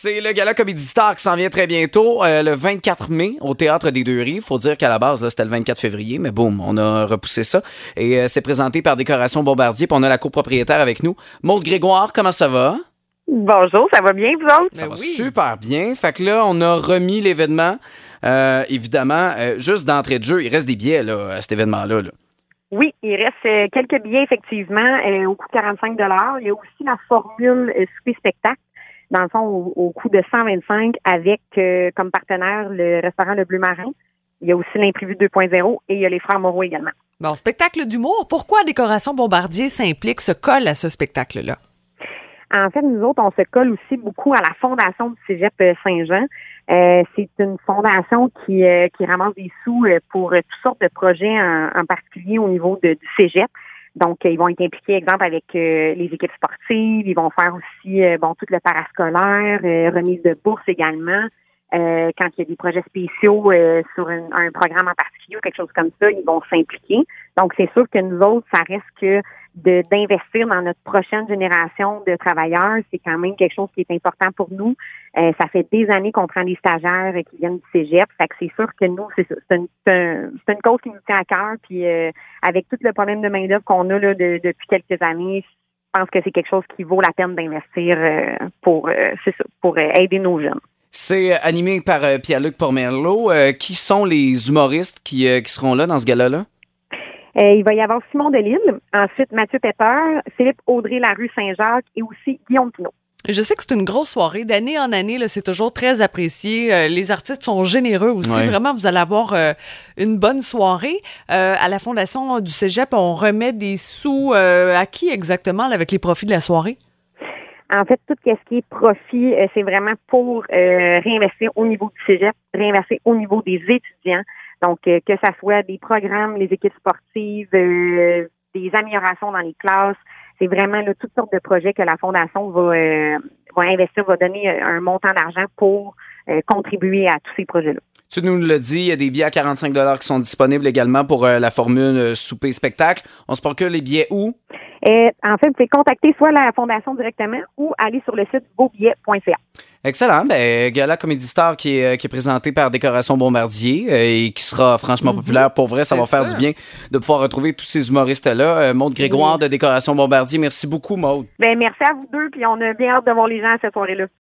C'est le Gala Comédie Star qui s'en vient très bientôt, le 24 mai, au Théâtre des Deux-Rives. Faut dire qu'à la base, là, c'était le 24 février, mais boum, on a repoussé ça. Et c'est présenté par Décoration Bombardier, puis on a la copropriétaire avec nous. Maude Grégoire, comment ça va? Bonjour, ça va bien, vous autres? Ça va super bien. Fait que là, on a remis l'événement. Évidemment, juste d'entrée de jeu, il reste des billets là, à cet événement-là. Là. Oui, il reste quelques billets, effectivement, au coût de 45 $. Il y a aussi la formule souper-spectacle, dans le fond, au coût de 125 avec comme partenaire le restaurant Le Bleu Marin. Il y a aussi l'imprévu 2.0 et il y a les Frères Moreau également. Bon, spectacle d'humour. Pourquoi Décoration Bombardier s'implique, se colle à ce spectacle-là? En fait, nous autres, on se colle aussi beaucoup à la fondation du Cégep Saint-Jean. C'est une fondation qui ramasse des sous pour toutes sortes de projets, en particulier au niveau du Cégep. Donc, ils vont être impliqués, exemple, avec les équipes sportives. Ils vont faire aussi tout le parascolaire, remise de bourse également. Quand il y a des projets spéciaux sur un programme en particulier ou quelque chose comme ça, ils vont s'impliquer. Donc, c'est sûr que nous autres, ça reste que d'investir dans notre prochaine génération de travailleurs, c'est quand même quelque chose qui est important pour nous. Ça fait des années qu'on prend des stagiaires qui viennent du Cégep. Fait que c'est sûr que nous, c'est une cause qui nous tient à cœur. Puis avec tout le problème de main-d'œuvre qu'on a là, depuis quelques années, je pense que c'est quelque chose qui vaut la peine d'investir pour aider nos jeunes. C'est animé par Pierre-Luc Pormerleau. Qui sont les humoristes qui seront là dans ce gala-là? Il va y avoir Simon Delille, ensuite Mathieu Pepper, Philippe Audrey-Larue Saint-Jacques et aussi Guillaume Pinot. Je sais que c'est une grosse soirée. D'année en année, là, c'est toujours très apprécié. Les artistes sont généreux aussi. Ouais. Vraiment, vous allez avoir une bonne soirée. À la Fondation du Cégep, on remet des sous à qui exactement là, avec les profits de la soirée? En fait, tout ce qui est profit, c'est vraiment pour réinvestir au niveau du Cégep, réinvestir au niveau des étudiants. Donc, que ça soit des programmes, les équipes sportives, des améliorations dans les classes, c'est vraiment là, toutes sortes de projets que la Fondation va investir, va donner un montant d'argent pour contribuer à tous ces projets-là. Tu nous l'as dit, il y a des billets à 45 $ qui sont disponibles également pour la formule souper-spectacle. On se procure les billets où? En fait, vous pouvez contacter soit la Fondation directement ou aller sur le site vosbillets.ca. Excellent. Gala Comédie Star qui est présenté par Décoration Bombardier et qui sera franchement populaire. Pour vrai, ça va faire du bien de pouvoir retrouver tous ces humoristes-là. Maude Grégoire de Décoration Bombardier, merci beaucoup, Maude. Merci à vous deux, puis on a bien hâte de voir les gens à cette soirée-là.